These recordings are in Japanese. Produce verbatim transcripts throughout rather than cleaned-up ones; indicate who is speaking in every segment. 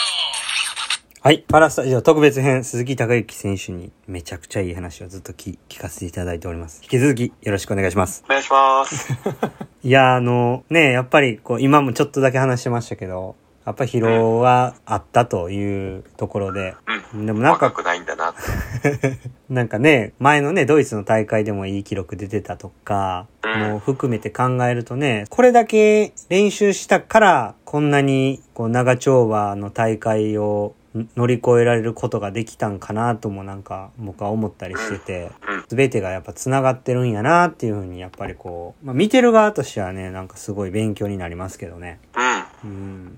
Speaker 1: はい。パラスタジオ特別編、鈴木孝之選手にめちゃくちゃいい話をずっと聞かせていただいております。引き続きよろしくお願いします。
Speaker 2: お願いします。
Speaker 1: いや、あの、ね、やっぱりこう、今もちょっとだけ話してましたけど、やっぱり疲労はあったというところで。
Speaker 2: うん。
Speaker 1: でもなんか、
Speaker 2: 若くないんだなって。
Speaker 1: なんかね、前のね、ドイツの大会でもいい記録出てたとか、うん、もう含めて考えるとね、これだけ練習したから、こんなにこう長丁場の大会を乗り越えられることができたんかなともなんか僕は思ったりしてて、すべてがやっぱ繋がってるんやなっていうふうにやっぱりこう、まあ、見てる側としてはね、なんかすごい勉強になりますけどね。
Speaker 2: うん。うん、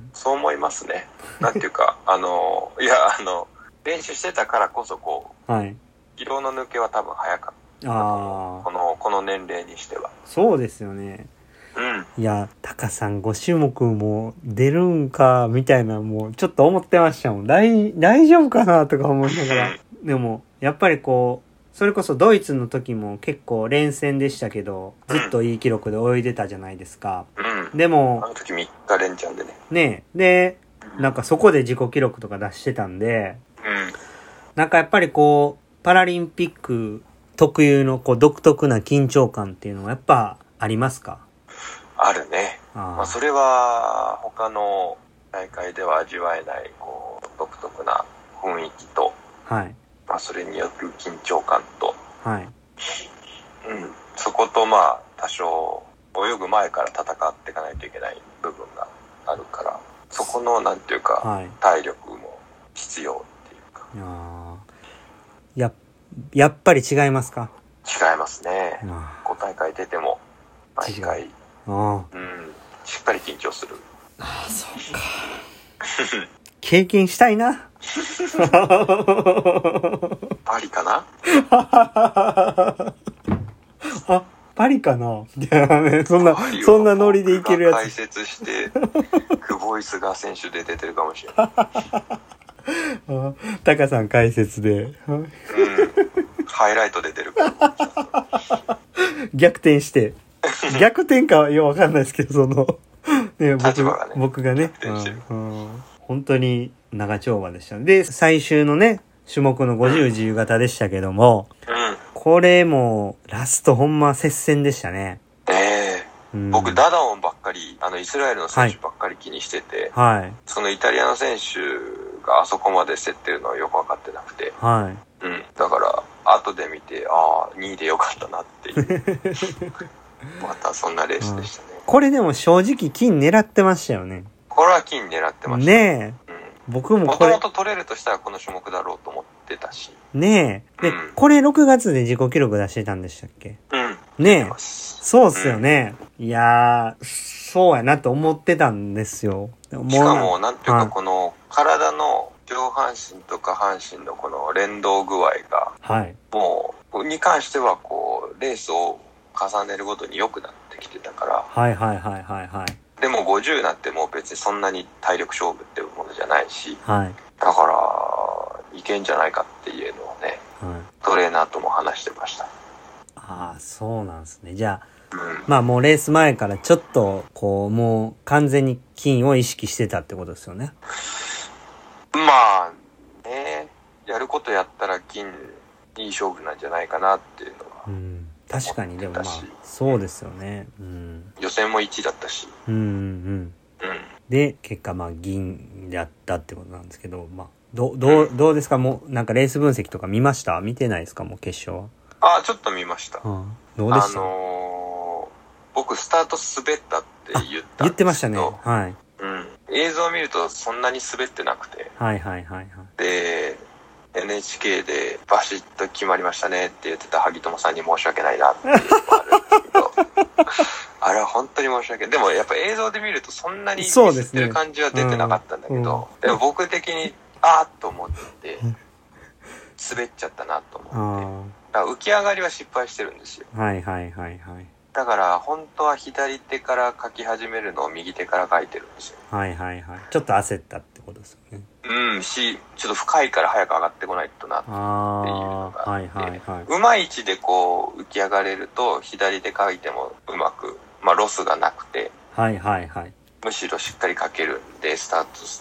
Speaker 2: そう思いますね。なんていうか、あの、いや、あの、練習してたからこそこう、はい。疲労の抜けは多分早かった。ああ。この、この年齢にしては。
Speaker 1: そうですよね。うん、いや、タカさんご種目も出るんか、みたいな、もうちょっと思ってましたもん。大、大丈夫かなとか思いながら。でも、やっぱりこう、それこそドイツの時も結構連戦でしたけど、ずっといい記録で泳いでたじゃないですか。うん、でも、
Speaker 2: あの時みっか連チャンでね。
Speaker 1: ねえ。で、なんかそこで自己記録とか出してたんで、うん、なんかやっぱりこう、パラリンピック特有のこう独特な緊張感っていうのはやっぱありますか？
Speaker 2: あるね。あまあ、それは他の大会では味わえないこう独特な雰囲気と、はい。まあそれによる緊張感と、はい。うん。そことまあ多少泳ぐ前から戦っていかないといけない部分があるから、そこのなんていうか、はい、体力も必要っていうか。あ
Speaker 1: ややっぱり違いますか？
Speaker 2: 違いますね。ご大会出ても毎回。ああ、うん、しっかり緊張する。
Speaker 1: ああ、そうか。経験したいな。
Speaker 2: パリかな？
Speaker 1: あ、パリかな？いやね、そんなそんなノリでいけるやつ。
Speaker 2: 解説してクボイスが選手で出てるかもしれない。
Speaker 1: あ、タカさん解説で、うん、
Speaker 2: ハイライトで出るから。
Speaker 1: 逆転して。逆転かはよくわかんないですけど、その、ね、僕
Speaker 2: がね、
Speaker 1: 僕がね、うんうん、本当に長丁場でした。で、最終のね、種目のごじゅう自由形でしたけども、うん、これもラストほんま接戦でしたね。
Speaker 2: ええーうん、僕ダダオンばっかり、あのイスラエルの選手ばっかり気にしてて、はい、そのイタリアの選手があそこまで競ってるのはよく分かってなくて、はい、うん、だから後で見て、ああにいでよかったなっていう。またそんなレースでしたね、
Speaker 1: うん、これでも正直金狙ってましたよね。
Speaker 2: これは金狙ってました
Speaker 1: ねえ、うん、僕もこれ
Speaker 2: もともと取れるとしたらこの種目だろうと思ってたし
Speaker 1: ねえ、で、うん、これろくがつで自己記録出してたんでしたっけ？うんねえ、そうっすよね、うん、いやーそうやなと思ってたんですよ。
Speaker 2: もしかもなんていうかこの体の上半身と下半身のこの連動具合が、はい、もうに関してはこうレースを重ねるごとに良くなってきてたから、
Speaker 1: はいはいはいはいはい。
Speaker 2: でもごじゅうなんてもう別にそんなに体力勝負っていうものじゃないし、はい、だからいけんじゃないかっていうのをね、はい、トレーナーとも話してました。
Speaker 1: ああ、そうなんですね。じゃあ、うん、まあもうレース前からちょっとこうもう完全に金を意識してたってことですよね。
Speaker 2: まあね、やることやったら金いい勝負なんじゃないかなっていうのは、うん、
Speaker 1: 確かに。でもまあそうですよね、うん、
Speaker 2: 予選もいちいだったし、うんうんうん、
Speaker 1: で結果まあ銀だったってことなんですけど、まあどどうどうですか？もうなんかレース分析とか見ました？見てないですか？もう決勝は。
Speaker 2: あ、ちょっと見ました。
Speaker 1: うん、どうでした？
Speaker 2: あのー、僕スタート滑ったって言ったんですけど、
Speaker 1: 言ってましたね。はい。
Speaker 2: うん。映像を見るとそんなに滑ってなくて、
Speaker 1: はいはいはいはい。
Speaker 2: で。エヌエイチケー でバシッと決まりましたねって言ってた萩友さんに申し訳ないなっていうのもあるんですけどあれは本当に申し訳ない。でもやっぱ映像で見るとそんなにミスってる感じは出てなかったんだけど、で、ねうん、でも僕的にあーっと思って滑っちゃったなと思って、だから浮き上がりは失敗してるんですよ。
Speaker 1: はいはいはいはい。
Speaker 2: だから本当は左手から書き始めるのを右手から書いてるんですよ。
Speaker 1: はいはいはい。ちょっと焦ったってことですよね。
Speaker 2: うんし、ちょっと深いから早く上がってこないとなっていうのがあって、はいはいはい、うまい位置でこう浮き上がれると左手書いてもうまく、まあロスがなくて、
Speaker 1: はいはいはい、
Speaker 2: むしろしっかり書けるんでスタート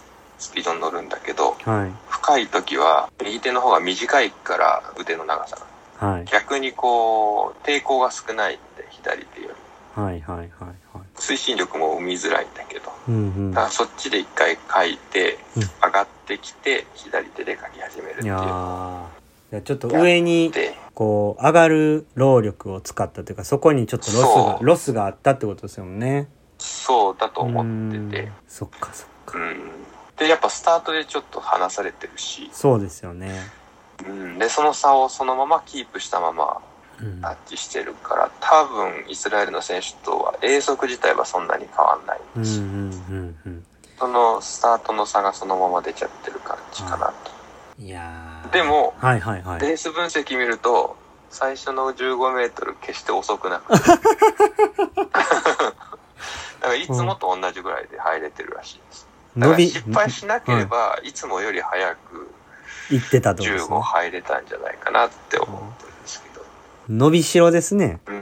Speaker 2: スピードに乗るんだけど、
Speaker 1: はい、
Speaker 2: 深い時は右手の方が短いから腕の長さが、はい、逆にこう抵抗が少ないんで左手より、はいはいはいはい、推進力も生みづらいんだけど、うんうん、だからそっちで一回書いて、うん、上がってきて左手で書き始めるっていう。いや
Speaker 1: ー、ちょっと上にこう上がる労力を使ったというか、そこにちょっとロスがロスがあったってことですよね。
Speaker 2: そうだと思ってて、
Speaker 1: そっかそっか、うん、
Speaker 2: でやっぱスタートでちょっと離されてるし、
Speaker 1: そうですよね、
Speaker 2: うん、でその差をそのままキープしたままタッチしてるから、うん、多分イスラエルの選手とは泳速自体はそんなに変わんないんです、うんうんうんうん、そのスタートの差がそのまま出ちゃってる感じかなと、うん、いやでも、はいはいはい、レース分析見ると最初のじゅうごメートル決して遅くなくてだからいつもと同じぐらいで入れてるらしいです。だから失敗しなければいつもより早く
Speaker 1: 行ってたと
Speaker 2: じゅうご入れたんじゃないかなって思ってるんですけど、
Speaker 1: 伸びしろですね。
Speaker 2: うん、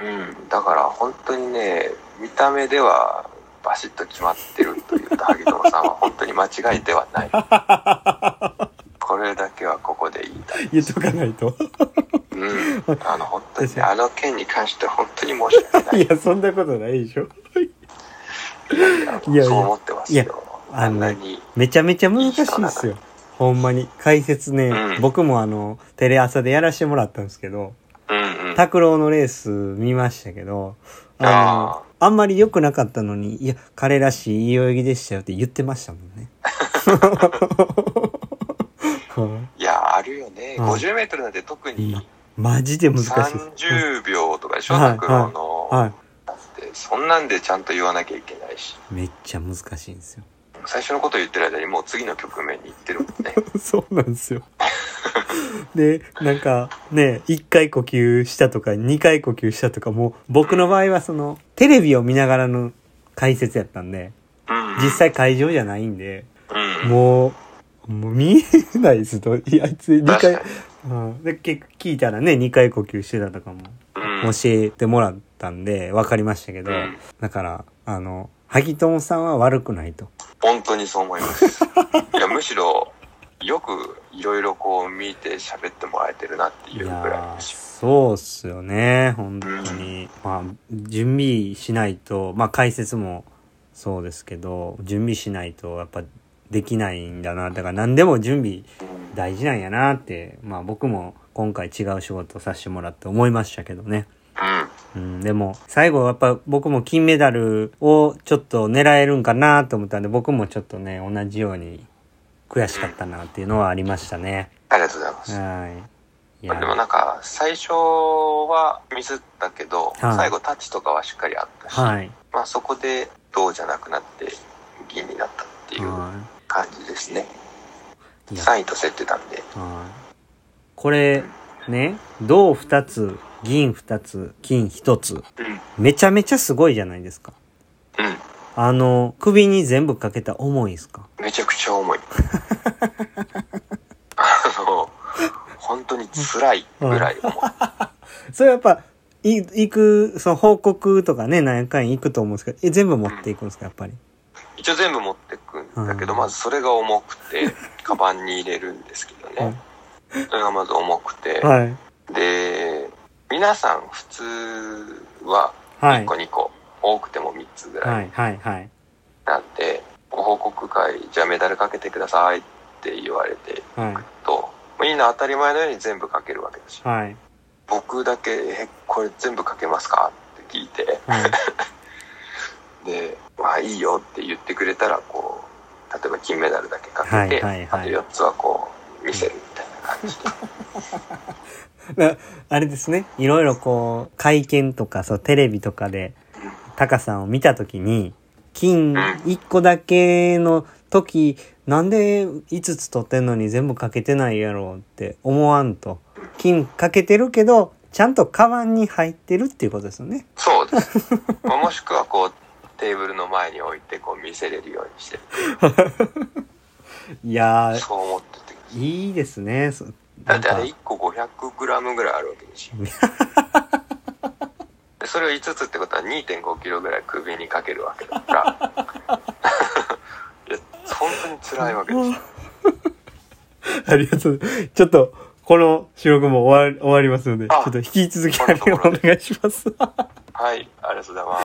Speaker 2: だから本当にね、見た目ではバシッと決まってるというと萩友さんは本当に間違いではないこれだけはここで言いたい。
Speaker 1: 言っとかないと
Speaker 2: うん、あの本当に、ね、あの件に関しては本当に申し訳ない。
Speaker 1: いやそんなことないでしょ
Speaker 2: いやいや、いやそう思ってますよ。いや
Speaker 1: あのめちゃめちゃ難しいんですよ、ほんまに解説ね、うん、僕もあのテレ朝でやらせてもらったんですけど、うんうん、拓郎のレース見ましたけど、あの あ, あんまり良くなかったのに、いや彼らしいいい泳ぎでしたよって言ってましたもんね
Speaker 2: いやあるよね、ごじゅうメートルなんて特に
Speaker 1: マジで難しいです。
Speaker 2: さんじゅうびょうとかでしょ、拓郎の、はいはいはい、そんなんでちゃんと言わなきゃいけないし、
Speaker 1: めっちゃ難しいんですよ。
Speaker 2: 最初のこと言ってる間にもう次の局面に行ってるもんね
Speaker 1: そうなんですよでなんかねいっかい呼吸したとかにかい呼吸したとか、もう僕の場合はそのテレビを見ながらの解説やったんで、うん、実際会場じゃないんで、うん、もうもう見えないですと、いやあいつにかい、うん、で結構聞いたらねにかい呼吸してたとかも教えてもらったんで分かりましたけど、うん、だからあの萩友さんは悪くないと。
Speaker 2: 本当にそう思いますいやむしろよくいろいろこう見て喋ってもらえてるなっていうぐらいです。
Speaker 1: そうっすよね本当に、うん、まあ準備しないと、まあ解説もそうですけど準備しないとやっぱできないんだな。だから何でも準備大事なんやなって、まあ僕も今回違う仕事をさせてもらって思いましたけどね。うん、でも最後やっぱ僕も金メダルをちょっと狙えるんかなと思ったんで、僕もちょっとね同じように悔しかったなっていうのはありましたね。
Speaker 2: ありがとうございます。はい。いやでもなんか最初はミスったけど、はい、最後タッチとかはしっかりあったし、はい、まあそこで銅じゃなくなって銀になったっていう感じですね。さんいと競ってたんで。
Speaker 1: はい。これ、うん、ね銅ふたつ銀ふたつ金ひとつ、うん、めちゃめちゃすごいじゃないですか。うん。あの首に全部かけた重いですか？
Speaker 2: めちゃくちゃ重いあの本当に辛いぐらい重い
Speaker 1: それやっぱい行くその報告とかね何回行くと思うんですけど、え全部持っていくんですか、やっぱり。
Speaker 2: 一応全部持ってくんだけど、うん、まずそれが重くてカバンに入れるんですけどね、うん、それがまず重くて、はい、で皆さん普通はいっこにこ、多くてもみっつぐらい、はいはいはい、なんでご報告会じゃあメダルかけてくださいって言われていくと、はい、みんな当たり前のように全部かけるわけですよ、はい、僕だけえこれ全部かけますかって聞いて、はい、でまあいいよって言ってくれたらこう例えば金メダルだけかけて、はいはいはい、あとよっつはこう見せるみたいな感じで
Speaker 1: あれですね、いろいろこう会見とかそうテレビとかでタカさんを見たときに金いっこだけの時なんでいつつ取ってんのに全部かけてないやろうって思わんと。金かけてるけどちゃんとカバンに入ってるっていうことですよね。
Speaker 2: そうです、まあ、もしくはこうテーブルの前に置いてこう見せれるようにしてる
Speaker 1: いや
Speaker 2: そう思ってて
Speaker 1: いいですね。
Speaker 2: だってあれいっこごひゃくグラムぐらいあるわけですよでそれをいつつってことは にてんごキロぐらい首にかけるわけだからいや本当に辛いわけです。
Speaker 1: ありがとう。ちょっと、この収録も終わり、終わりますので、ちょっと引き続きお願いします。
Speaker 2: はい、ありがとうございます。